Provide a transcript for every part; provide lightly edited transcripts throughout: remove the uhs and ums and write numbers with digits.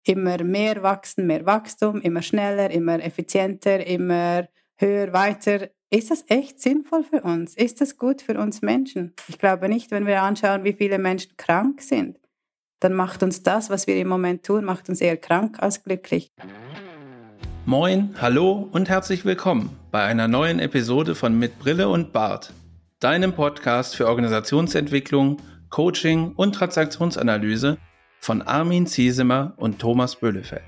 immer mehr wachsen, mehr Wachstum, immer schneller, immer effizienter, immer höher, weiter. Ist das echt sinnvoll für uns? Ist das gut für uns Menschen? Ich glaube nicht, wenn wir anschauen, wie viele Menschen krank sind. Dann macht uns das, was wir im Moment tun, macht uns eher krank als glücklich. Moin, hallo und herzlich willkommen bei einer neuen Episode von Mit Brille und Bart, deinem Podcast für Organisationsentwicklung, Coaching und Transaktionsanalyse von Armin Ziesemer und Thomas Böhlefeld.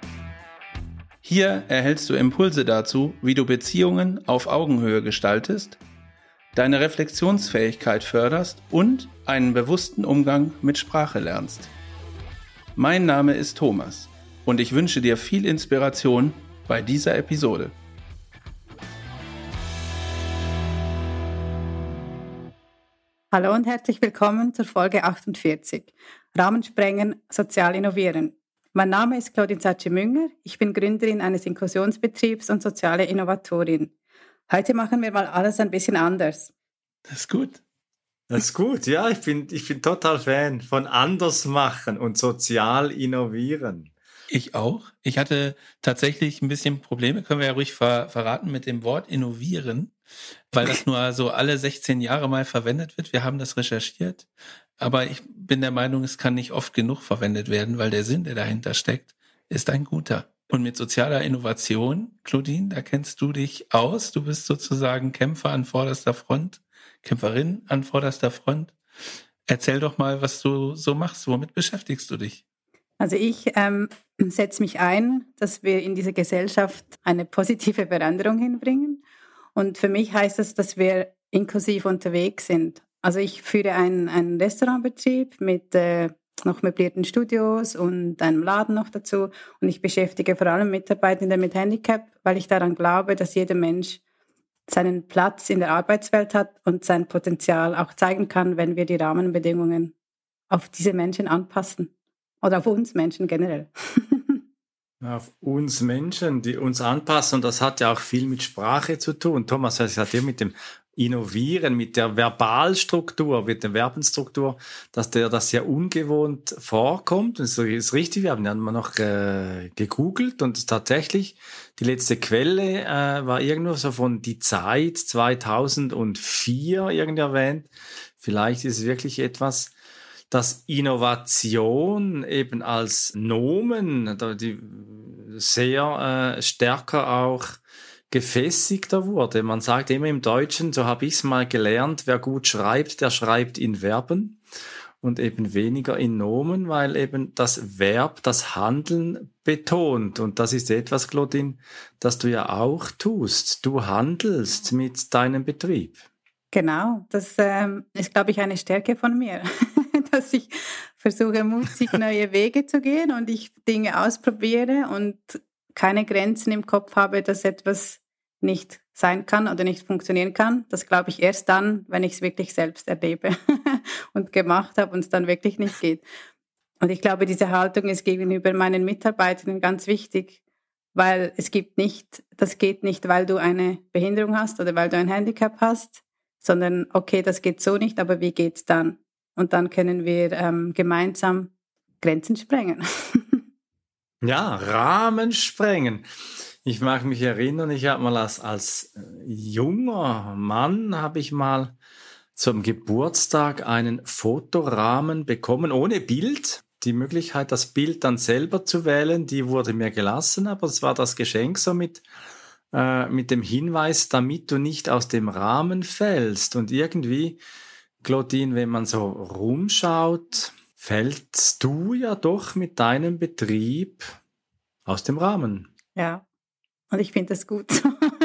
Hier erhältst du Impulse dazu, wie du Beziehungen auf Augenhöhe gestaltest, deine Reflexionsfähigkeit förderst und einen bewussten Umgang mit Sprache lernst. Mein Name ist Thomas und ich wünsche dir viel Inspiration bei dieser Episode. Hallo und herzlich willkommen zur Folge 48. Rahmen sprengen, sozial innovieren. Mein Name ist Claudine Satschi-Münger, ich bin Gründerin eines Inklusionsbetriebs und soziale Innovatorin. Heute machen wir mal alles ein bisschen anders. Das ist gut. Das ist gut, ja, ich bin total Fan von anders machen und sozial innovieren. Ich auch. Ich hatte tatsächlich ein bisschen Probleme, können wir ja ruhig verraten, mit dem Wort innovieren, weil das nur so alle 16 Jahre mal verwendet wird. Wir haben das recherchiert, aber ich bin der Meinung, es kann nicht oft genug verwendet werden, weil der Sinn, der dahinter steckt, ist ein guter. Und mit sozialer Innovation, Claudine, da kennst du dich aus. Du bist sozusagen Kämpfer an vorderster Front, Kämpferin an vorderster Front. Erzähl doch mal, was du so machst. Womit beschäftigst du dich? Also ich setze mich ein, dass wir in dieser Gesellschaft eine positive Veränderung hinbringen. Und für mich heißt das, dass wir inklusiv unterwegs sind. Also ich führe einen Restaurantbetrieb mit noch möblierten Studios und einem Laden noch dazu. Und ich beschäftige vor allem Mitarbeitende mit Handicap, weil ich daran glaube, dass jeder Mensch seinen Platz in der Arbeitswelt hat und sein Potenzial auch zeigen kann, wenn wir die Rahmenbedingungen auf diese Menschen anpassen. Oder auf uns Menschen generell. Auf uns Menschen, die uns anpassen. Und das hat ja auch viel mit Sprache zu tun. Thomas, das hat ja mit dem Innovieren, mit der Verbalstruktur, mit der Verbenstruktur, dass das sehr ungewohnt vorkommt. Und das ist richtig, wir haben ja noch gegoogelt und tatsächlich, die letzte Quelle war irgendwo so von die Zeit 2004 irgendwie erwähnt. Vielleicht ist es wirklich etwas, dass Innovation eben als Nomen die sehr stärker auch gefestigter wurde. Man sagt immer im Deutschen, so habe ich es mal gelernt, wer gut schreibt, der schreibt in Verben und eben weniger in Nomen, weil eben das Verb das Handeln betont. Und das ist etwas, Claudine, das du ja auch tust. Du handelst mit deinem Betrieb. Genau, das ist, glaube ich, eine Stärke von mir, dass ich versuche, mutig neue Wege zu gehen und ich Dinge ausprobiere und keine Grenzen im Kopf habe, dass etwas nicht sein kann oder nicht funktionieren kann. Das glaube ich erst dann, wenn ich es wirklich selbst erlebe und gemacht habe und es dann wirklich nicht geht. Und ich glaube, diese Haltung ist gegenüber meinen Mitarbeitern ganz wichtig, weil das geht nicht, weil du eine Behinderung hast oder weil du ein Handicap hast, sondern okay, das geht so nicht, aber wie geht's dann? Und dann können wir gemeinsam Grenzen sprengen. Ja, Rahmen sprengen. Ich mag mich erinnern, ich habe mal als junger Mann habe ich mal zum Geburtstag einen Fotorahmen bekommen, ohne Bild. Die Möglichkeit, das Bild dann selber zu wählen, die wurde mir gelassen, aber es war das Geschenk so mit dem Hinweis, damit du nicht aus dem Rahmen fällst. Und irgendwie, Claudine, wenn man so rumschaut, fällst du ja doch mit deinem Betrieb aus dem Rahmen. Ja, und ich finde das gut.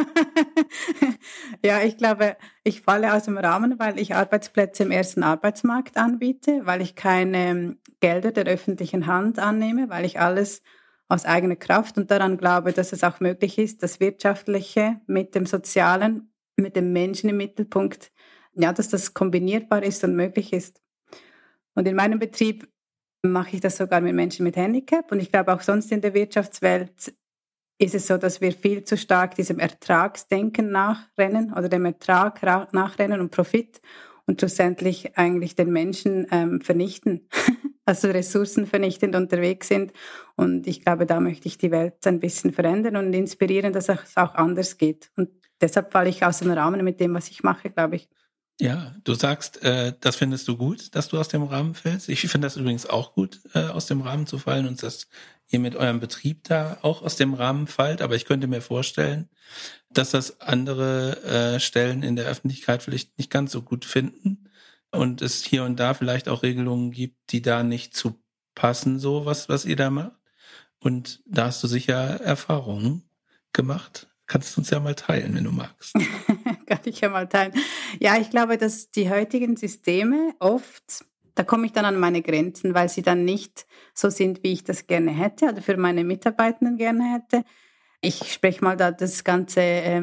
Ja, ich glaube, ich falle aus dem Rahmen, weil ich Arbeitsplätze im ersten Arbeitsmarkt anbiete, weil ich keine Gelder der öffentlichen Hand annehme, weil ich alles aus eigener Kraft und daran glaube, dass es auch möglich ist, das Wirtschaftliche mit dem Sozialen, mit dem Menschen im Mittelpunkt, ja, dass das kombinierbar ist und möglich ist. Und in meinem Betrieb mache ich das sogar mit Menschen mit Handicap und ich glaube auch sonst in der Wirtschaftswelt ist es so, dass wir viel zu stark diesem Ertragsdenken nachrennen oder dem Ertrag nachrennen und Profit und schlussendlich eigentlich den Menschen vernichten. also ressourcenvernichtend unterwegs sind. Und ich glaube, da möchte ich die Welt ein bisschen verändern und inspirieren, dass es auch anders geht. Und deshalb falle ich aus dem Rahmen mit dem, was ich mache, glaube ich. Ja, du sagst, das findest du gut, dass du aus dem Rahmen fällst. Ich finde das übrigens auch gut, aus dem Rahmen zu fallen und dass ihr mit eurem Betrieb da auch aus dem Rahmen fallt. Aber ich könnte mir vorstellen, dass das andere Stellen in der Öffentlichkeit vielleicht nicht ganz so gut finden und es hier und da vielleicht auch Regelungen gibt, die da nicht zu passen, so was ihr da macht. Und da hast du sicher Erfahrungen gemacht. Kannst du uns ja mal teilen, wenn du magst. Kann ich ja mal teilen. Ja, ich glaube, dass die heutigen Systeme oft, da komme ich dann an meine Grenzen, weil sie dann nicht so sind, wie ich das gerne hätte oder für meine Mitarbeitenden gerne hätte. Ich spreche mal da das ganze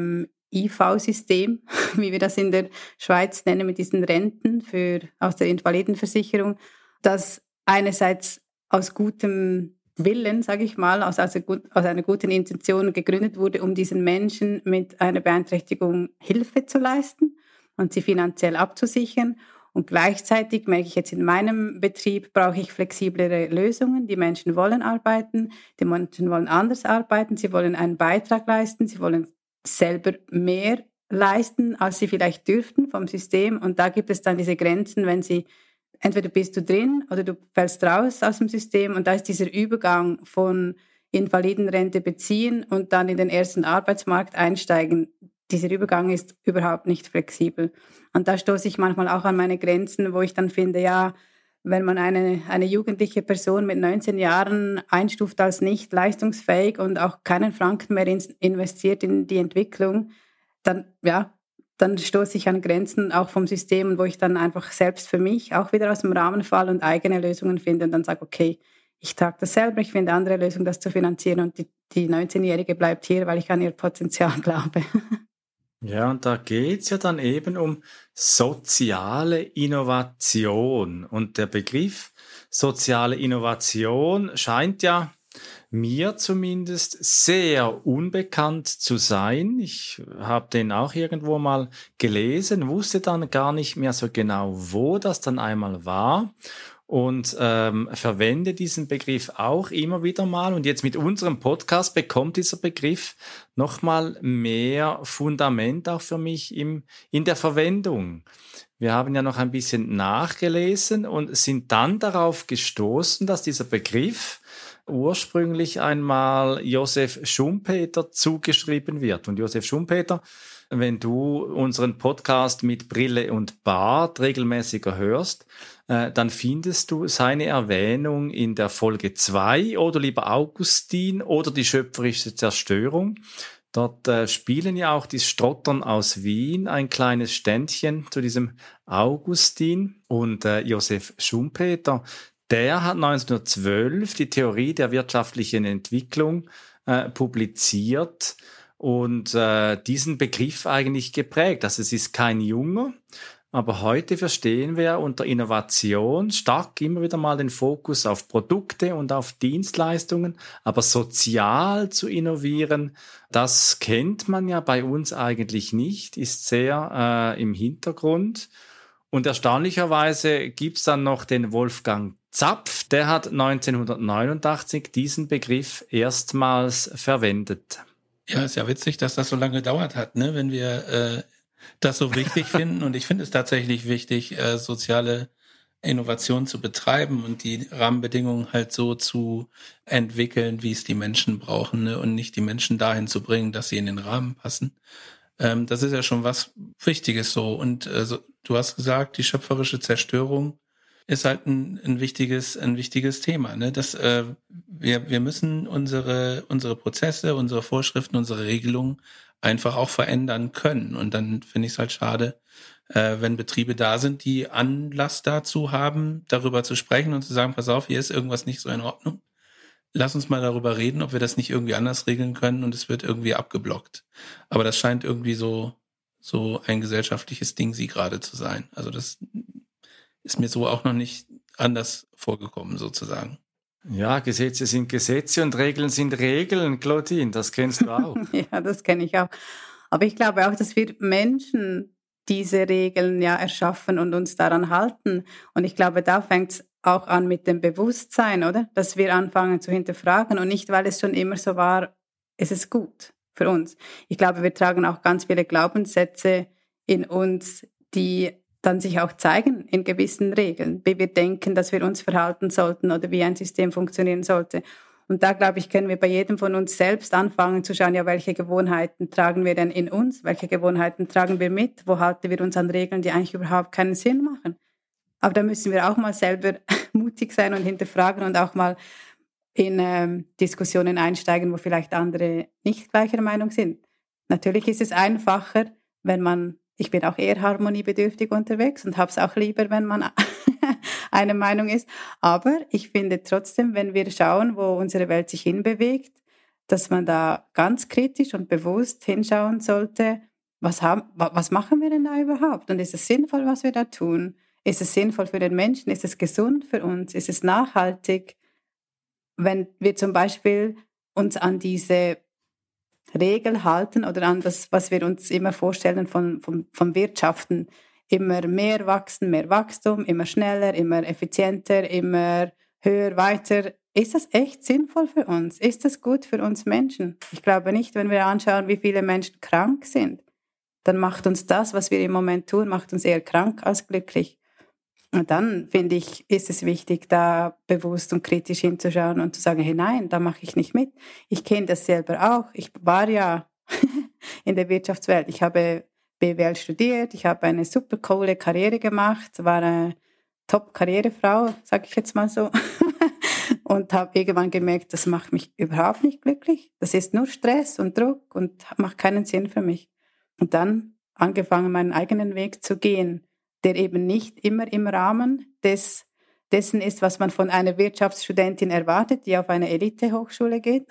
IV-System, wie wir das in der Schweiz nennen, mit diesen Renten aus der Invalidenversicherung, das einerseits aus gutem Willen, sage ich mal, aus einer guten Intention gegründet wurde, um diesen Menschen mit einer Beeinträchtigung Hilfe zu leisten und sie finanziell abzusichern. Und gleichzeitig merke ich jetzt in meinem Betrieb, brauche ich flexiblere Lösungen. Die Menschen wollen arbeiten, die Menschen wollen anders arbeiten, sie wollen einen Beitrag leisten, sie wollen selber mehr leisten, als sie vielleicht dürften vom System. Und da gibt es dann diese Grenzen, wenn sie entweder bist du drin oder du fällst raus aus dem System und da ist dieser Übergang von Invalidenrente beziehen und dann in den ersten Arbeitsmarkt einsteigen. Dieser Übergang ist überhaupt nicht flexibel. Und da stoße ich manchmal auch an meine Grenzen, wo ich dann finde, ja, wenn man eine jugendliche Person mit 19 Jahren einstuft als nicht leistungsfähig und auch keinen Franken mehr investiert in die Entwicklung, dann stoße ich an Grenzen auch vom System, wo ich dann einfach selbst für mich auch wieder aus dem Rahmen falle und eigene Lösungen finde und dann sage, okay, ich trage das selber, ich finde andere Lösungen, das zu finanzieren und die 19-Jährige bleibt hier, weil ich an ihr Potenzial glaube. Ja, und da geht's ja dann eben um soziale Innovation. Und der Begriff soziale Innovation scheint ja mir zumindest sehr unbekannt zu sein. Ich habe den auch irgendwo mal gelesen, wusste dann gar nicht mehr so genau, wo das dann einmal war und verwende diesen Begriff auch immer wieder mal. Und jetzt mit unserem Podcast bekommt dieser Begriff nochmal mehr Fundament auch für mich in der Verwendung. Wir haben ja noch ein bisschen nachgelesen und sind dann darauf gestoßen, dass dieser Begriff ursprünglich einmal Josef Schumpeter zugeschrieben wird. Und Josef Schumpeter, wenn du unseren Podcast mit Brille und Bart regelmäßiger hörst, dann findest du seine Erwähnung in der Folge 2 oder lieber Augustin oder die schöpferische Zerstörung. Dort spielen ja auch die Strottern aus Wien ein kleines Ständchen zu diesem Augustin. Und Josef Schumpeter, der hat 1912 die Theorie der wirtschaftlichen Entwicklung publiziert und diesen Begriff eigentlich geprägt. Also es ist kein junger, aber heute verstehen wir unter Innovation stark immer wieder mal den Fokus auf Produkte und auf Dienstleistungen, aber sozial zu innovieren, das kennt man ja bei uns eigentlich nicht, ist sehr im Hintergrund. Und erstaunlicherweise gibt's dann noch den Wolfgang Zapf, der hat 1989 diesen Begriff erstmals verwendet. Ja, ist ja witzig, dass das so lange gedauert hat, ne? Wenn wir das so wichtig finden. Und ich finde es tatsächlich wichtig, soziale Innovation zu betreiben und die Rahmenbedingungen halt so zu entwickeln, wie es die Menschen brauchen, ne? Und nicht die Menschen dahin zu bringen, dass sie in den Rahmen passen. Das ist ja schon was Wichtiges so. Und du hast gesagt, die schöpferische Zerstörung ist halt ein wichtiges Thema. Ne? Wir müssen unsere Prozesse, unsere Vorschriften, unsere Regelungen einfach auch verändern können. Und dann finde ich es halt schade, wenn Betriebe da sind, die Anlass dazu haben, darüber zu sprechen und zu sagen, pass auf, hier ist irgendwas nicht so in Ordnung. Lass uns mal darüber reden, ob wir das nicht irgendwie anders regeln können und es wird irgendwie abgeblockt. Aber das scheint irgendwie so ein gesellschaftliches Ding sie gerade zu sein. Also das ist mir so auch noch nicht anders vorgekommen, sozusagen. Ja, Gesetze sind Gesetze und Regeln sind Regeln, Claudine, das kennst du auch. Ja, das kenne ich auch. Aber ich glaube auch, dass wir Menschen diese Regeln ja erschaffen und uns daran halten. Und ich glaube, da fängt es auch an mit dem Bewusstsein, oder? Dass wir anfangen zu hinterfragen und nicht, weil es schon immer so war, ist es gut für uns. Ich glaube, wir tragen auch ganz viele Glaubenssätze in uns, die dann sich auch zeigen in gewissen Regeln, wie wir denken, dass wir uns verhalten sollten oder wie ein System funktionieren sollte. Und da, glaube ich, können wir bei jedem von uns selbst anfangen zu schauen, ja, welche Gewohnheiten tragen wir denn in uns? Welche Gewohnheiten tragen wir mit? Wo halten wir uns an Regeln, die eigentlich überhaupt keinen Sinn machen? Aber da müssen wir auch mal selber mutig sein und hinterfragen und auch mal in Diskussionen einsteigen, wo vielleicht andere nicht gleicher Meinung sind. Natürlich ist es einfacher, ich bin auch eher harmoniebedürftig unterwegs und habe es auch lieber, wenn man eine Meinung ist. Aber ich finde trotzdem, wenn wir schauen, wo unsere Welt sich hinbewegt, dass man da ganz kritisch und bewusst hinschauen sollte, was machen wir denn da überhaupt? Und ist es sinnvoll, was wir da tun? Ist es sinnvoll für den Menschen? Ist es gesund für uns? Ist es nachhaltig? Wenn wir zum Beispiel uns an diese Regel halten oder an das, was wir uns immer vorstellen vom Wirtschaften, immer mehr wachsen, mehr Wachstum, immer schneller, immer effizienter, immer höher, weiter. Ist das echt sinnvoll für uns? Ist das gut für uns Menschen? Ich glaube nicht, wenn wir anschauen, wie viele Menschen krank sind, dann macht uns das, was wir im Moment tun, macht uns eher krank als glücklich. Und dann, finde ich, ist es wichtig, da bewusst und kritisch hinzuschauen und zu sagen, hey, nein, da mache ich nicht mit. Ich kenne das selber auch. Ich war ja in der Wirtschaftswelt. Ich habe BWL studiert, ich habe eine super coole Karriere gemacht, war eine Top-Karrierefrau, sage ich jetzt mal so. Und habe irgendwann gemerkt, das macht mich überhaupt nicht glücklich. Das ist nur Stress und Druck und macht keinen Sinn für mich. Und dann angefangen, meinen eigenen Weg zu gehen, der eben nicht immer im Rahmen dessen ist, was man von einer Wirtschaftsstudentin erwartet, die auf eine Elite-Hochschule geht,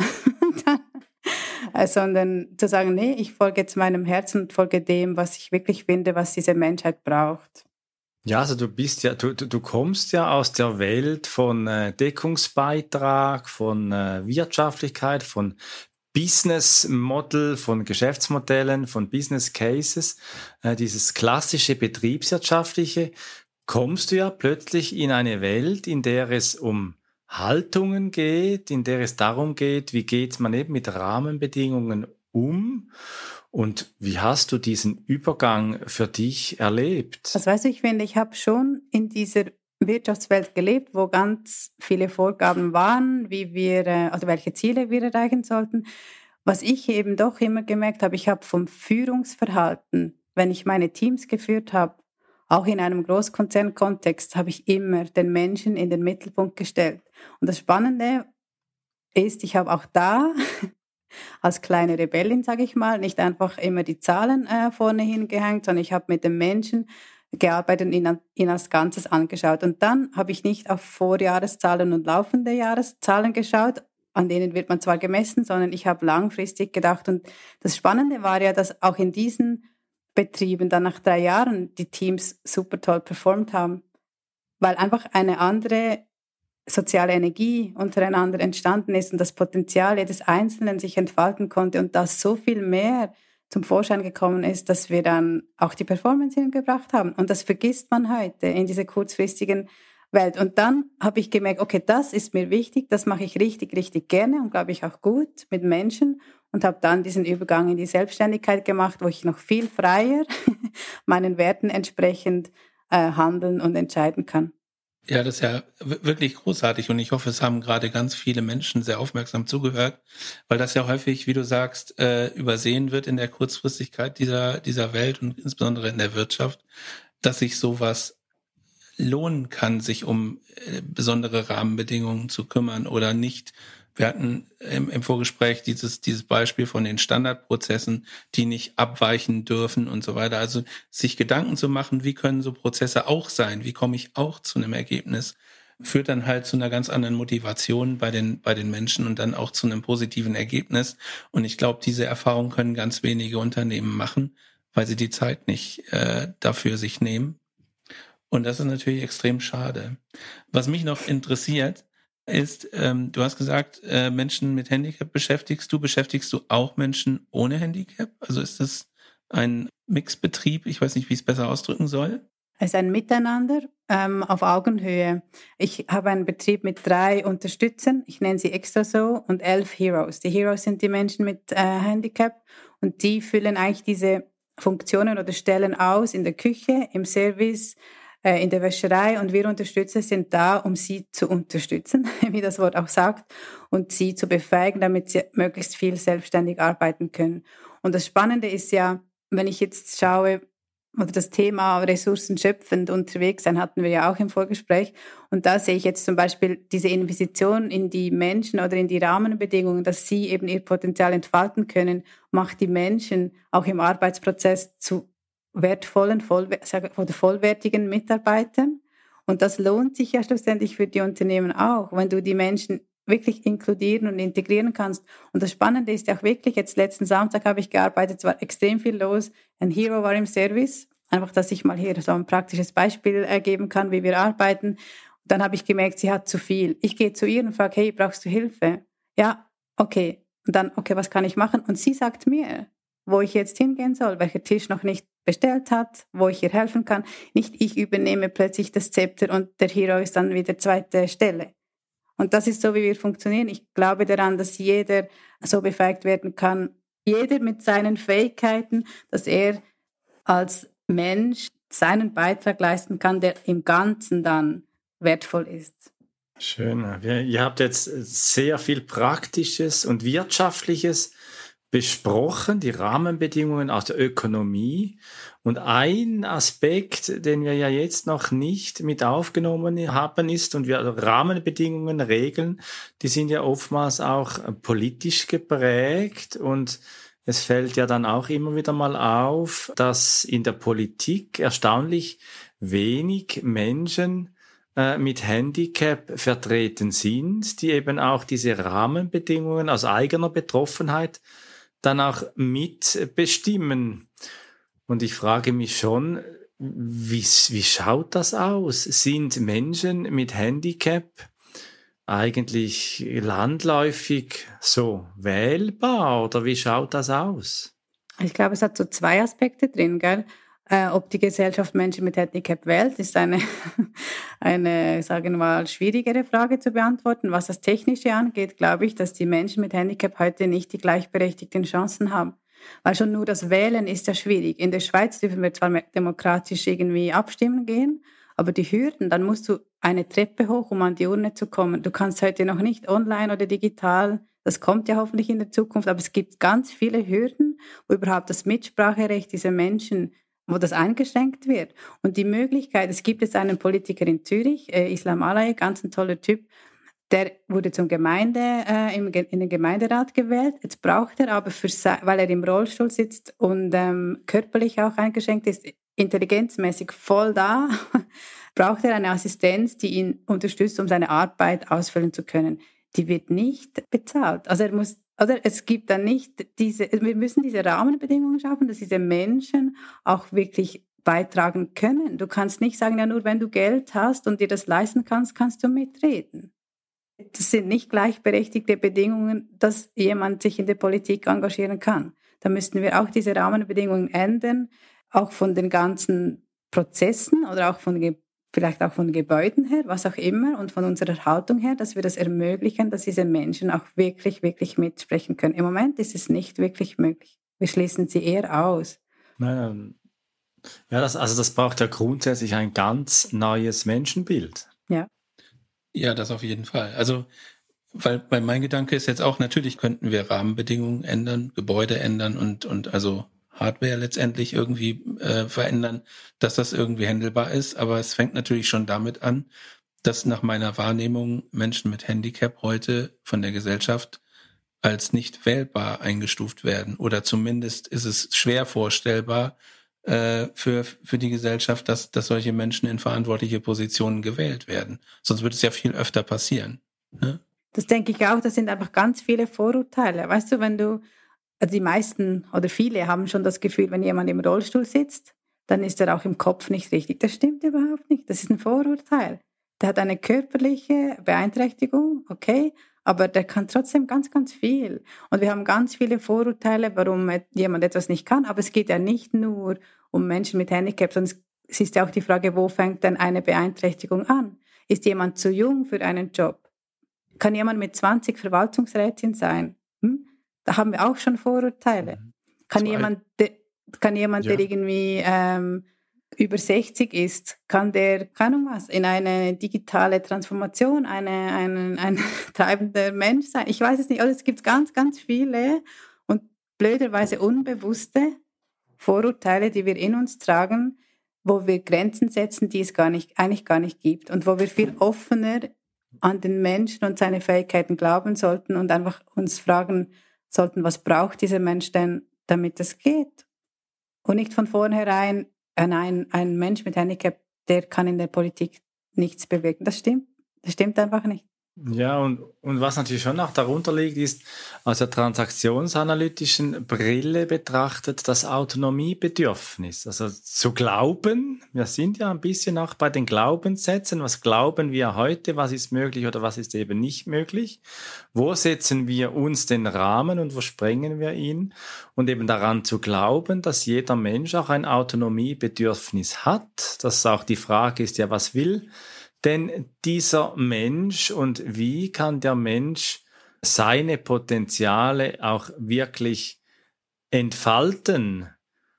sondern zu sagen, nee, ich folge jetzt meinem Herzen und folge dem, was ich wirklich finde, was diese Menschheit braucht. Ja, also du kommst ja aus der Welt von Deckungsbeitrag, von Wirtschaftlichkeit, von Business Model, von Geschäftsmodellen, von Business Cases, dieses klassische betriebswirtschaftliche, kommst du ja plötzlich in eine Welt, in der es um Haltungen geht, in der es darum geht, wie geht man eben mit Rahmenbedingungen um und wie hast du diesen Übergang für dich erlebt? Das weiß ich, finde, ich habe schon in dieser Wirtschaftswelt gelebt, wo ganz viele Vorgaben waren, wie wir, also welche Ziele wir erreichen sollten. Was ich eben doch immer gemerkt habe, ich habe vom Führungsverhalten, wenn ich meine Teams geführt habe, auch in einem Großkonzernkontext, habe ich immer den Menschen in den Mittelpunkt gestellt. Und das Spannende ist, ich habe auch da als kleine Rebellin, sage ich mal, nicht einfach immer die Zahlen vorne hingehängt, sondern ich habe mit dem Menschen gearbeitet und ihn als Ganzes angeschaut. Und dann habe ich nicht auf Vorjahreszahlen und laufende Jahreszahlen geschaut, an denen wird man zwar gemessen, sondern ich habe langfristig gedacht. Und das Spannende war ja, dass auch in diesen Betrieben dann nach 3 Jahren die Teams super toll performt haben, weil einfach eine andere soziale Energie untereinander entstanden ist und das Potenzial jedes Einzelnen sich entfalten konnte und das so viel mehr zum Vorschein gekommen ist, dass wir dann auch die Performance hingebracht haben. Und das vergisst man heute in dieser kurzfristigen Welt. Und dann habe ich gemerkt, okay, das ist mir wichtig, das mache ich richtig, richtig gerne und glaube ich auch gut mit Menschen und habe dann diesen Übergang in die Selbstständigkeit gemacht, wo ich noch viel freier meinen Werten entsprechend handeln und entscheiden kann. Ja, das ist ja wirklich großartig und ich hoffe, es haben gerade ganz viele Menschen sehr aufmerksam zugehört, weil das ja häufig, wie du sagst, übersehen wird in der Kurzfristigkeit dieser Welt und insbesondere in der Wirtschaft, dass sich sowas lohnen kann, sich um besondere Rahmenbedingungen zu kümmern oder nicht. Wir hatten im Vorgespräch dieses Beispiel von den Standardprozessen, die nicht abweichen dürfen und so weiter. Also sich Gedanken zu machen, wie können so Prozesse auch sein? Wie komme ich auch zu einem Ergebnis? Führt dann halt zu einer ganz anderen Motivation bei den Menschen und dann auch zu einem positiven Ergebnis. Und ich glaube, diese Erfahrung können ganz wenige Unternehmen machen, weil sie die Zeit nicht dafür sich nehmen. Und das ist natürlich extrem schade. Was mich noch interessiert, ist, du hast gesagt, Menschen mit Handicap beschäftigst du auch Menschen ohne Handicap? Also ist das ein Mixbetrieb? Ich weiß nicht, wie ich es besser ausdrücken soll. Es ist ein Miteinander auf Augenhöhe. Ich habe einen Betrieb mit 3 Unterstützern, ich nenne sie extra so, und 11 Heroes. Die Heroes sind die Menschen mit Handicap und die füllen eigentlich diese Funktionen oder Stellen aus in der Küche, im Service, in der Wäscherei, und wir Unterstützer sind da, um sie zu unterstützen, wie das Wort auch sagt, und sie zu befähigen, damit sie möglichst viel selbstständig arbeiten können. Und das Spannende ist ja, wenn ich jetzt schaue, oder das Thema ressourcenschöpfend unterwegs sein, hatten wir ja auch im Vorgespräch. Und da sehe ich jetzt zum Beispiel diese Investition in die Menschen oder in die Rahmenbedingungen, dass sie eben ihr Potenzial entfalten können, macht die Menschen auch im Arbeitsprozess zu wertvollen, vollwertigen Mitarbeitern. Und das lohnt sich ja schlussendlich für die Unternehmen auch, wenn du die Menschen wirklich inkludieren und integrieren kannst. Und das Spannende ist ja auch wirklich, jetzt letzten Samstag habe ich gearbeitet, es war extrem viel los. Ein Hero war im Service, einfach, dass ich mal hier so ein praktisches Beispiel geben kann, wie wir arbeiten. Und dann habe ich gemerkt, sie hat zu viel. Ich gehe zu ihr und frage, hey, brauchst du Hilfe? Ja, okay. Und dann, okay, was kann ich machen? Und sie sagt mir, wo ich jetzt hingehen soll, welcher Tisch noch nicht bestellt hat, wo ich ihr helfen kann. Nicht ich übernehme plötzlich das Zepter und der Hero ist dann wieder zweite Stelle. Und das ist so, wie wir funktionieren. Ich glaube daran, dass jeder so befähigt werden kann, jeder mit seinen Fähigkeiten, dass er als Mensch seinen Beitrag leisten kann, der im Ganzen dann wertvoll ist. Schön. Ihr habt jetzt sehr viel Praktisches und Wirtschaftliches besprochen, die Rahmenbedingungen aus der Ökonomie. Und ein Aspekt, den wir ja jetzt noch nicht mit aufgenommen haben, ist, und wir Rahmenbedingungen, Regeln, die sind ja oftmals auch politisch geprägt, und es fällt ja dann auch immer wieder mal auf, dass in der Politik erstaunlich wenig Menschen mit Handicap vertreten sind, die eben auch diese Rahmenbedingungen aus eigener Betroffenheit dann auch mitbestimmen. Und ich frage mich schon, wie schaut das aus? Sind Menschen mit Handicap eigentlich landläufig so wählbar, oder wie schaut das aus? Ich glaube, es hat so 2 Aspekte drin, gell? Ob die Gesellschaft Menschen mit Handicap wählt, ist eine, sagen wir mal, schwierigere Frage zu beantworten. Was das Technische angeht, glaube ich, dass die Menschen mit Handicap heute nicht die gleichberechtigten Chancen haben. Weil schon nur das Wählen ist ja schwierig. In der Schweiz dürfen wir zwar demokratisch irgendwie abstimmen gehen, aber die Hürden, dann musst du eine Treppe hoch, um an die Urne zu kommen. Du kannst heute noch nicht online oder digital, das kommt ja hoffentlich in der Zukunft, aber es gibt ganz viele Hürden, wo überhaupt das Mitspracherecht dieser Menschen, wo das eingeschränkt wird. Und die Möglichkeit, es gibt jetzt einen Politiker in Zürich, Islam Alay, ganz ein toller Typ, der wurde in den Gemeinderat gewählt. Jetzt braucht er aber, weil er im Rollstuhl sitzt und körperlich auch eingeschränkt ist, intelligenzmäßig voll da, braucht er eine Assistenz, die ihn unterstützt, um seine Arbeit ausfüllen zu können. Die wird nicht bezahlt. Also es gibt dann nicht wir müssen diese Rahmenbedingungen schaffen, dass diese Menschen auch wirklich beitragen können. Du kannst nicht sagen, ja, nur wenn du Geld hast und dir das leisten kannst, kannst du mitreden. Das sind nicht gleichberechtigte Bedingungen, dass jemand sich in der Politik engagieren kann. Da müssten wir auch diese Rahmenbedingungen ändern, auch von den ganzen Prozessen oder auch vielleicht auch von Gebäuden her, was auch immer, und von unserer Haltung her, dass wir das ermöglichen, dass diese Menschen auch wirklich, wirklich mitsprechen können. Im Moment ist es nicht wirklich möglich. Wir schließen sie eher aus. Nein. Ja, das braucht ja grundsätzlich ein ganz neues Menschenbild. Ja. Ja, das auf jeden Fall. Also, weil mein Gedanke ist jetzt auch, natürlich könnten wir Rahmenbedingungen ändern, Gebäude ändern und also Hardware letztendlich irgendwie verändern, dass das irgendwie handelbar ist. Aber es fängt natürlich schon damit an, dass nach meiner Wahrnehmung Menschen mit Handicap heute von der Gesellschaft als nicht wählbar eingestuft werden. Oder zumindest ist es schwer vorstellbar für die Gesellschaft, dass solche Menschen in verantwortliche Positionen gewählt werden. Sonst würde es ja viel öfter passieren. Ne? Das denke ich auch, das sind einfach ganz viele Vorurteile. Weißt du, also die meisten oder viele haben schon das Gefühl, wenn jemand im Rollstuhl sitzt, dann ist er auch im Kopf nicht richtig. Das stimmt überhaupt nicht. Das ist ein Vorurteil. Der hat eine körperliche Beeinträchtigung, okay, aber der kann trotzdem ganz, ganz viel. Und wir haben ganz viele Vorurteile, warum jemand etwas nicht kann. Aber es geht ja nicht nur um Menschen mit Handicap, sondern es ist ja auch die Frage, wo fängt denn eine Beeinträchtigung an? Ist jemand zu jung für einen Job? Kann jemand mit 20 Verwaltungsrätin sein? Da haben wir auch schon Vorurteile. Kann jemand, der irgendwie über 60 ist, kann der, keine Ahnung was, in eine digitale Transformation ein treibender Mensch sein? Ich weiß es nicht. Also es gibt ganz, ganz viele und blöderweise unbewusste Vorurteile, die wir in uns tragen, wo wir Grenzen setzen, die es eigentlich gar nicht gibt und wo wir viel offener an den Menschen und seine Fähigkeiten glauben sollten und einfach uns fragen sollten, was braucht dieser Mensch denn, damit es geht? Und nicht von vornherein, ein Mensch mit Handicap, der kann in der Politik nichts bewirken. Das stimmt einfach nicht. Ja, und was natürlich schon auch darunter liegt, ist aus der transaktionsanalytischen Brille betrachtet das Autonomiebedürfnis. Also zu glauben, wir sind ja ein bisschen auch bei den Glaubenssätzen, was glauben wir heute, was ist möglich oder was ist eben nicht möglich, wo setzen wir uns den Rahmen und wo sprengen wir ihn und eben daran zu glauben, dass jeder Mensch auch ein Autonomiebedürfnis hat, dass auch die Frage ist, ja, was will denn dieser Mensch und wie kann der Mensch seine Potenziale auch wirklich entfalten?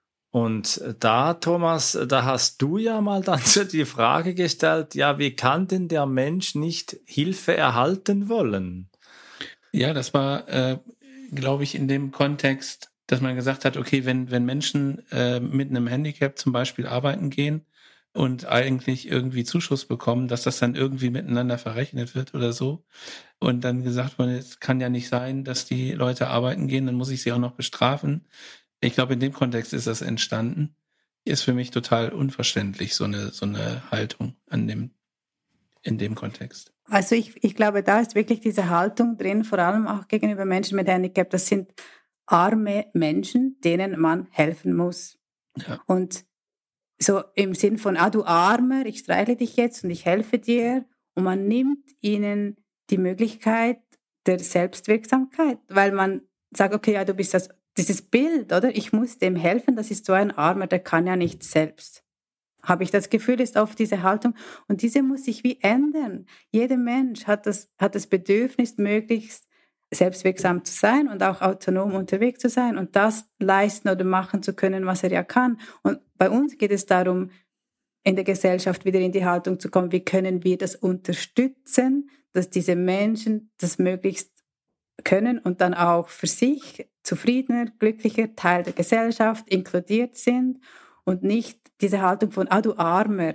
Und da, Thomas, da hast du ja mal dann so die Frage gestellt, ja, wie kann denn der Mensch nicht Hilfe erhalten wollen? Ja, das war, glaube ich, in dem Kontext, dass man gesagt hat, okay, wenn Menschen mit einem Handicap zum Beispiel arbeiten gehen, und eigentlich irgendwie Zuschuss bekommen, dass das dann irgendwie miteinander verrechnet wird oder so. Und dann gesagt wurde, es kann ja nicht sein, dass die Leute arbeiten gehen, dann muss ich sie auch noch bestrafen. Ich glaube, in dem Kontext ist das entstanden. Ist für mich total unverständlich, so eine Haltung in dem Kontext. Also ich glaube, da ist wirklich diese Haltung drin, vor allem auch gegenüber Menschen mit Handicap. Das sind arme Menschen, denen man helfen muss. Ja. Und so im Sinn von, du Armer, ich streichle dich jetzt und ich helfe dir. Und man nimmt ihnen die Möglichkeit der Selbstwirksamkeit, weil man sagt, okay, ja, du bist dieses Bild, oder? Ich muss dem helfen, das ist so ein Armer, der kann ja nicht selbst. Habe ich das Gefühl, ist oft diese Haltung. Und diese muss sich wie ändern. Jeder Mensch hat das Bedürfnis, möglichst selbstwirksam zu sein und auch autonom unterwegs zu sein und das leisten oder machen zu können, was er ja kann. Und bei uns geht es darum, in der Gesellschaft wieder in die Haltung zu kommen, wie können wir das unterstützen, dass diese Menschen das möglichst können und dann auch für sich zufriedener, glücklicher Teil der Gesellschaft inkludiert sind und nicht diese Haltung von, du Armer.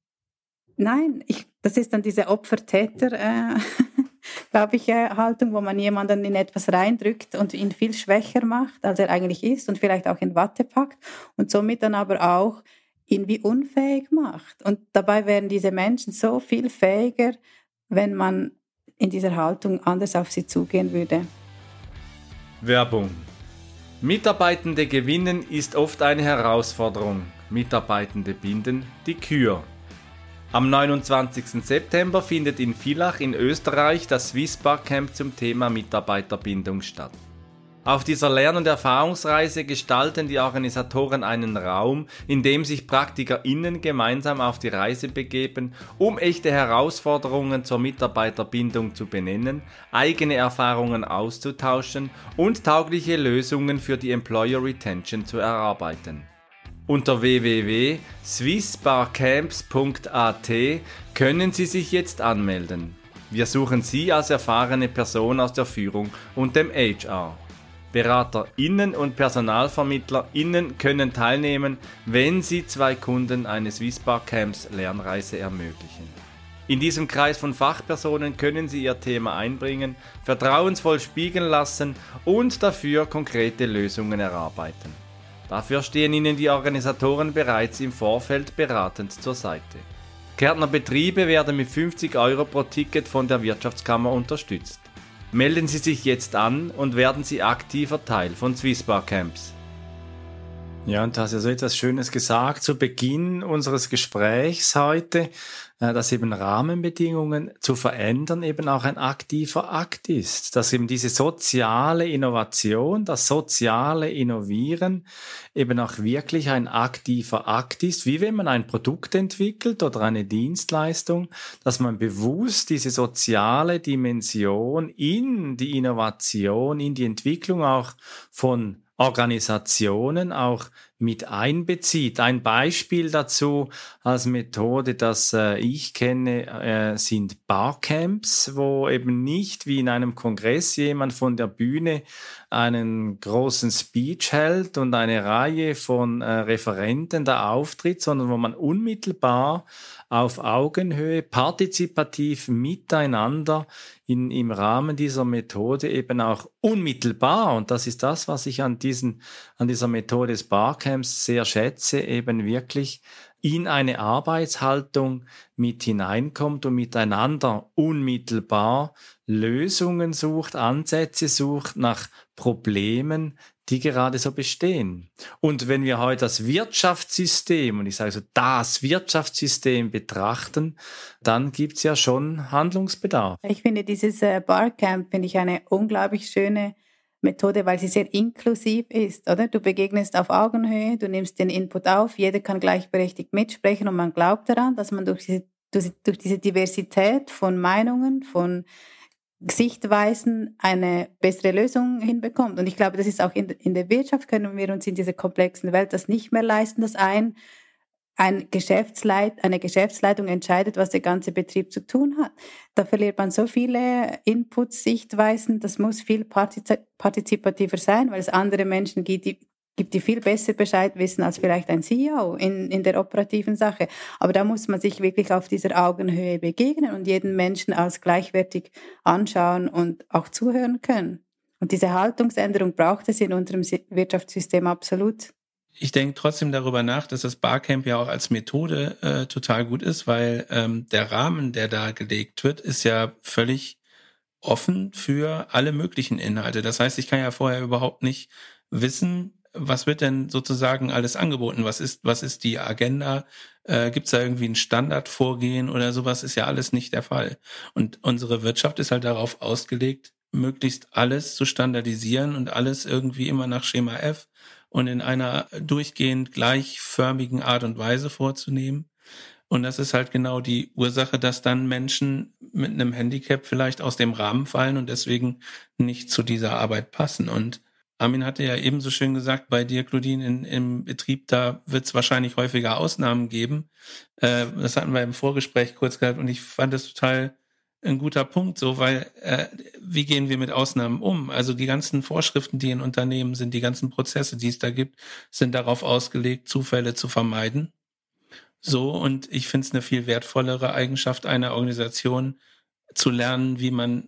Nein, das ist dann diese Opfer-Täter- glaube ich, Haltung, wo man jemanden in etwas reindrückt und ihn viel schwächer macht, als er eigentlich ist und vielleicht auch in Watte packt und somit dann aber auch ihn wie unfähig macht. Und dabei wären diese Menschen so viel fähiger, wenn man in dieser Haltung anders auf sie zugehen würde. Werbung. Mitarbeitende gewinnen ist oft eine Herausforderung. Mitarbeitende binden die Kür. Am 29. September findet in Villach in Österreich das Swiss Barcamp zum Thema Mitarbeiterbindung statt. Auf dieser Lern- und Erfahrungsreise gestalten die Organisatoren einen Raum, in dem sich PraktikerInnen gemeinsam auf die Reise begeben, um echte Herausforderungen zur Mitarbeiterbindung zu benennen, eigene Erfahrungen auszutauschen und taugliche Lösungen für die Employer Retention zu erarbeiten. Unter www.swissbarcamps.at können Sie sich jetzt anmelden. Wir suchen Sie als erfahrene Person aus der Führung und dem HR. BeraterInnen und PersonalvermittlerInnen können teilnehmen, wenn Sie 2 Kunden eine Swiss Barcamps Lernreise ermöglichen. In diesem Kreis von Fachpersonen können Sie Ihr Thema einbringen, vertrauensvoll spiegeln lassen und dafür konkrete Lösungen erarbeiten. Dafür stehen Ihnen die Organisatoren bereits im Vorfeld beratend zur Seite. Kärntner Betriebe werden mit 50 € pro Ticket von der Wirtschaftskammer unterstützt. Melden Sie sich jetzt an und werden Sie aktiver Teil von Swiss Barcamps. Ja, und du hast ja so etwas Schönes gesagt zu Beginn unseres Gesprächs heute, dass eben Rahmenbedingungen zu verändern eben auch ein aktiver Akt ist, dass eben diese soziale Innovation, das soziale Innovieren eben auch wirklich ein aktiver Akt ist, wie wenn man ein Produkt entwickelt oder eine Dienstleistung, dass man bewusst diese soziale Dimension in die Innovation, in die Entwicklung auch von Organisationen auch mit einbezieht. Ein Beispiel dazu als Methode, das ich kenne, sind Barcamps, wo eben nicht wie in einem Kongress jemand von der Bühne einen großen Speech hält und eine Reihe von Referenten da auftritt, sondern wo man unmittelbar auf Augenhöhe, partizipativ miteinander im Rahmen dieser Methode eben auch unmittelbar, und das ist das, was ich an dieser Methode des Barcamps sehr schätze, eben wirklich in eine Arbeitshaltung mit hineinkommt und miteinander unmittelbar Lösungen sucht, Ansätze sucht nach Problemen, die gerade so bestehen. Und wenn wir heute das Wirtschaftssystem, und ich sage so, das Wirtschaftssystem betrachten, dann gibt's ja schon Handlungsbedarf. Ich finde dieses Barcamp eine unglaublich schöne Methode, weil sie sehr inklusiv ist, oder? Du begegnest auf Augenhöhe, du nimmst den Input auf, jeder kann gleichberechtigt mitsprechen und man glaubt daran, dass man durch diese Diversität von Meinungen, von Sichtweisen eine bessere Lösung hinbekommt. Und ich glaube, das ist auch in der Wirtschaft, können wir uns in dieser komplexen Welt das nicht mehr leisten, dass eine Geschäftsleitung entscheidet, was der ganze Betrieb zu tun hat. Da verliert man so viele Inputs, Sichtweisen, das muss viel partizipativer sein, weil es andere Menschen gibt, die viel besser Bescheid wissen als vielleicht ein CEO in der operativen Sache. Aber da muss man sich wirklich auf dieser Augenhöhe begegnen und jeden Menschen als gleichwertig anschauen und auch zuhören können. Und diese Haltungsänderung braucht es in unserem Wirtschaftssystem absolut. Ich denke trotzdem darüber nach, dass das Barcamp ja auch als Methode total gut ist, weil der Rahmen, der da gelegt wird, ist ja völlig offen für alle möglichen Inhalte. Das heißt, ich kann ja vorher überhaupt nicht wissen, was wird denn sozusagen alles angeboten? Was ist die Agenda? Gibt es da irgendwie ein Standardvorgehen oder sowas? Ist ja alles nicht der Fall. Und unsere Wirtschaft ist halt darauf ausgelegt, möglichst alles zu standardisieren und alles irgendwie immer nach Schema F und in einer durchgehend gleichförmigen Art und Weise vorzunehmen. Und das ist halt genau die Ursache, dass dann Menschen mit einem Handicap vielleicht aus dem Rahmen fallen und deswegen nicht zu dieser Arbeit passen. Und Armin hatte ja eben so schön gesagt, bei dir, Claudine, im Betrieb, da wird es wahrscheinlich häufiger Ausnahmen geben. Das hatten wir im Vorgespräch kurz gehabt und ich fand das total ein guter Punkt, so, weil wie gehen wir mit Ausnahmen um? Also die ganzen Vorschriften, die in Unternehmen sind, die ganzen Prozesse, die es da gibt, sind darauf ausgelegt, Zufälle zu vermeiden. So, und ich finde es eine viel wertvollere Eigenschaft einer Organisation, zu lernen,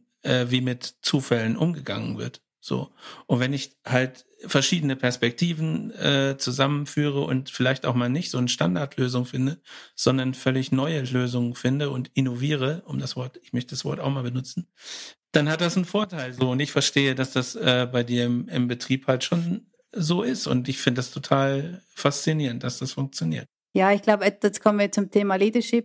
wie mit Zufällen umgegangen wird. So. Und wenn ich halt verschiedene Perspektiven zusammenführe und vielleicht auch mal nicht so eine Standardlösung finde, sondern völlig neue Lösungen finde und innoviere, ich möchte das Wort auch mal benutzen, dann hat das einen Vorteil. So. Und ich verstehe, dass das bei dir im Betrieb halt schon so ist. Und ich finde das total faszinierend, dass das funktioniert. Ja, ich glaube, jetzt kommen wir zum Thema Leadership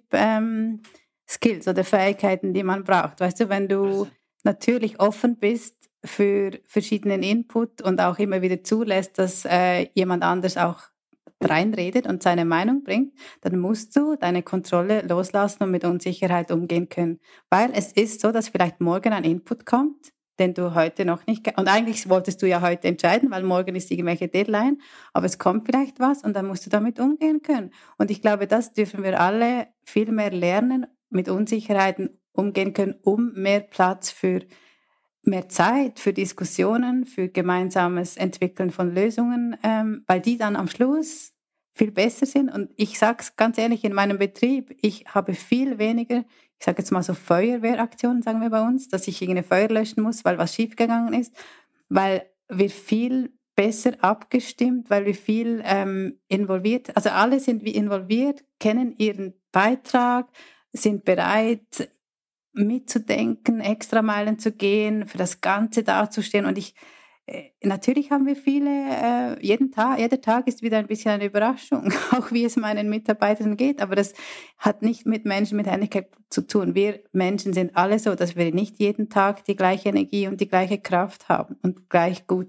Skills oder Fähigkeiten, die man braucht. Weißt du, wenn du natürlich offen bist für verschiedenen Input und auch immer wieder zulässt, dass jemand anders auch reinredet und seine Meinung bringt, dann musst du deine Kontrolle loslassen und mit Unsicherheit umgehen können. Weil es ist so, dass vielleicht morgen ein Input kommt, den du heute noch nicht... Und eigentlich wolltest du ja heute entscheiden, weil morgen ist irgendwelche Deadline, aber es kommt vielleicht was und dann musst du damit umgehen können. Und ich glaube, das dürfen wir alle viel mehr lernen, mit Unsicherheiten umgehen können, um mehr Platz für mehr Zeit für Diskussionen, für gemeinsames Entwickeln von Lösungen, weil die dann am Schluss viel besser sind. Und ich sage es ganz ehrlich, in meinem Betrieb, ich habe viel weniger, ich sage jetzt mal so Feuerwehraktionen, sagen wir bei uns, dass ich irgendeine Feuer löschen muss, weil was schiefgegangen ist, weil wir viel besser abgestimmt, weil wir viel involviert, also alle sind wie involviert, kennen ihren Beitrag, sind bereit, mitzudenken, Extrameilen zu gehen, für das Ganze dazustehen. Und ich natürlich haben wir viele, jeder Tag ist wieder ein bisschen eine Überraschung, auch wie es meinen Mitarbeitern geht, aber das hat nicht mit Menschen mit Handicap zu tun. Wir Menschen sind alle so, dass wir nicht jeden Tag die gleiche Energie und die gleiche Kraft haben und gleich gut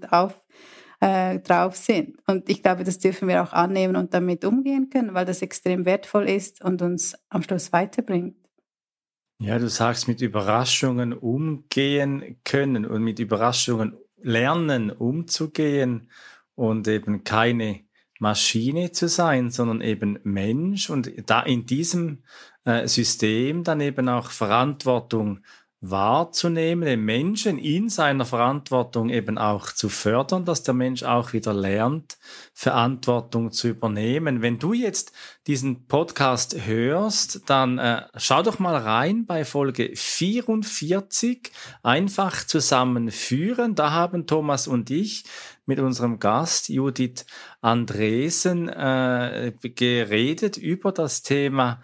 drauf sind. Und ich glaube, das dürfen wir auch annehmen und damit umgehen können, weil das extrem wertvoll ist und uns am Schluss weiterbringt. Ja, du sagst, mit Überraschungen umgehen können und mit Überraschungen lernen, umzugehen und eben keine Maschine zu sein, sondern eben Mensch und da in diesem System dann eben auch Verantwortung wahrzunehmen, den Menschen in seiner Verantwortung eben auch zu fördern, dass der Mensch auch wieder lernt, Verantwortung zu übernehmen. Wenn du jetzt diesen Podcast hörst, dann schau doch mal rein bei Folge 44, einfach zusammenführen. Da haben Thomas und ich mit unserem Gast Judith Andresen geredet über das Thema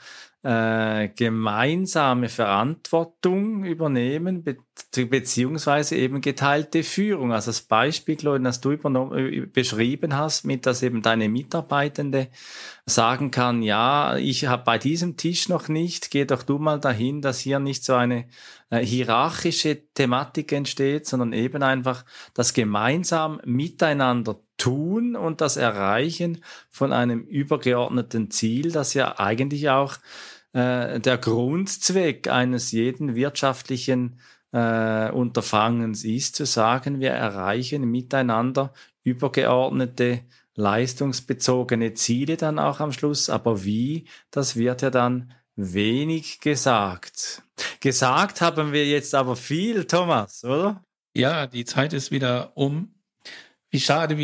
gemeinsame Verantwortung übernehmen, beziehungsweise eben geteilte Führung. Also das Beispiel, Claudine, das du beschrieben hast, mit dass eben deine Mitarbeitende sagen kann, ja, ich habe bei diesem Tisch noch nicht, geh doch du mal dahin, dass hier nicht so eine hierarchische Thematik entsteht, sondern eben einfach das gemeinsam miteinander tun und das Erreichen von einem übergeordneten Ziel, das ja eigentlich auch der Grundzweck eines jeden wirtschaftlichen Unterfangens ist, zu sagen, wir erreichen miteinander übergeordnete, leistungsbezogene Ziele dann auch am Schluss. Aber wie, das wird ja dann wenig gesagt. Gesagt haben wir jetzt aber viel, Thomas, oder? Ja, die Zeit ist wieder um. Wie schade,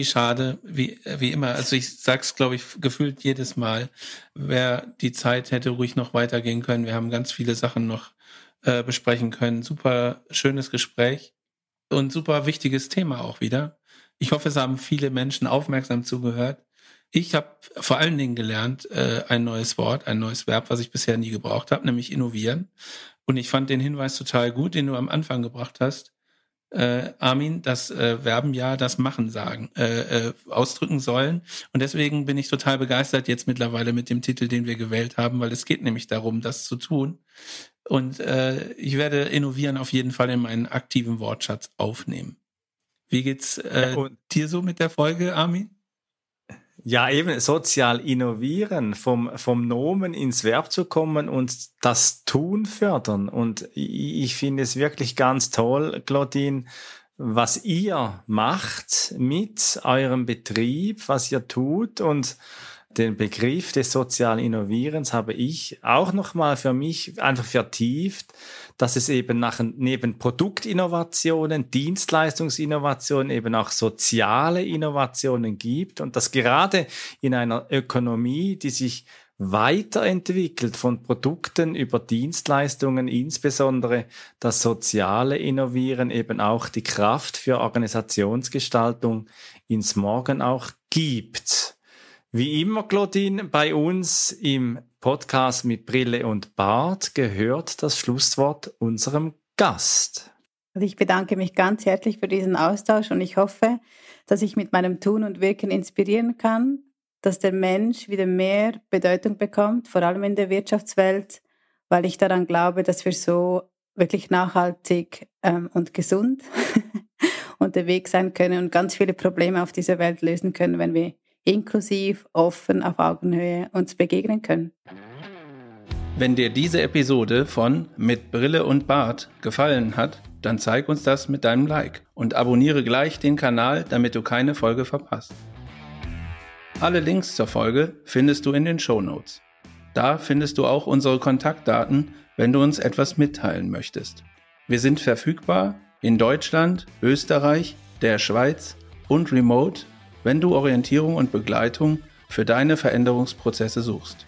wie immer. Also ich sag's, glaube ich, gefühlt jedes Mal. Wer die Zeit hätte ruhig noch weitergehen können. Wir haben ganz viele Sachen noch besprechen können. Super schönes Gespräch und super wichtiges Thema auch wieder. Ich hoffe, es haben viele Menschen aufmerksam zugehört. Ich habe vor allen Dingen gelernt, ein neues Wort, ein neues Verb, was ich bisher nie gebraucht habe, nämlich innovieren. Und ich fand den Hinweis total gut, den du am Anfang gebracht hast. Armin, dass Verben ja das Machen sagen, ausdrücken sollen. Und deswegen bin ich total begeistert jetzt mittlerweile mit dem Titel, den wir gewählt haben, weil es geht nämlich darum, das zu tun. Und ich werde innovieren auf jeden Fall in meinen aktiven Wortschatz aufnehmen. Wie geht's dir so mit der Folge, Armin? Ja, eben sozial innovieren, vom Nomen ins Verb zu kommen und das Tun fördern. Und ich finde es wirklich ganz toll, Claudine, was ihr macht mit eurem Betrieb, was ihr tut. Und den Begriff des sozialen Innovierens habe ich auch nochmal für mich einfach vertieft, dass es eben neben Produktinnovationen, Dienstleistungsinnovationen eben auch soziale Innovationen gibt und dass gerade in einer Ökonomie, die sich weiterentwickelt von Produkten über Dienstleistungen, insbesondere das soziale Innovieren eben auch die Kraft für Organisationsgestaltung ins Morgen auch gibt. Wie immer, Claudine, bei uns im Podcast mit Brille und Bart gehört das Schlusswort unserem Gast. Also ich bedanke mich ganz herzlich für diesen Austausch und ich hoffe, dass ich mit meinem Tun und Wirken inspirieren kann, dass der Mensch wieder mehr Bedeutung bekommt, vor allem in der Wirtschaftswelt, weil ich daran glaube, dass wir so wirklich nachhaltig und gesund unterwegs sein können und ganz viele Probleme auf dieser Welt lösen können, wenn wir inklusiv, offen, auf Augenhöhe uns begegnen können. Wenn dir diese Episode von Mit Brille und Bart gefallen hat, dann zeig uns das mit deinem Like und abonniere gleich den Kanal, damit du keine Folge verpasst. Alle Links zur Folge findest du in den Shownotes. Da findest du auch unsere Kontaktdaten, wenn du uns etwas mitteilen möchtest. Wir sind verfügbar in Deutschland, Österreich, der Schweiz und remote, wenn du Orientierung und Begleitung für deine Veränderungsprozesse suchst.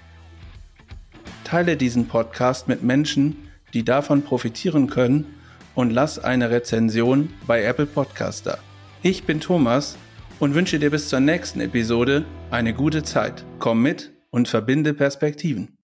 Teile diesen Podcast mit Menschen, die davon profitieren können und lass eine Rezension bei Apple Podcast da. Ich bin Thomas und wünsche dir bis zur nächsten Episode eine gute Zeit. Komm mit und verbinde Perspektiven.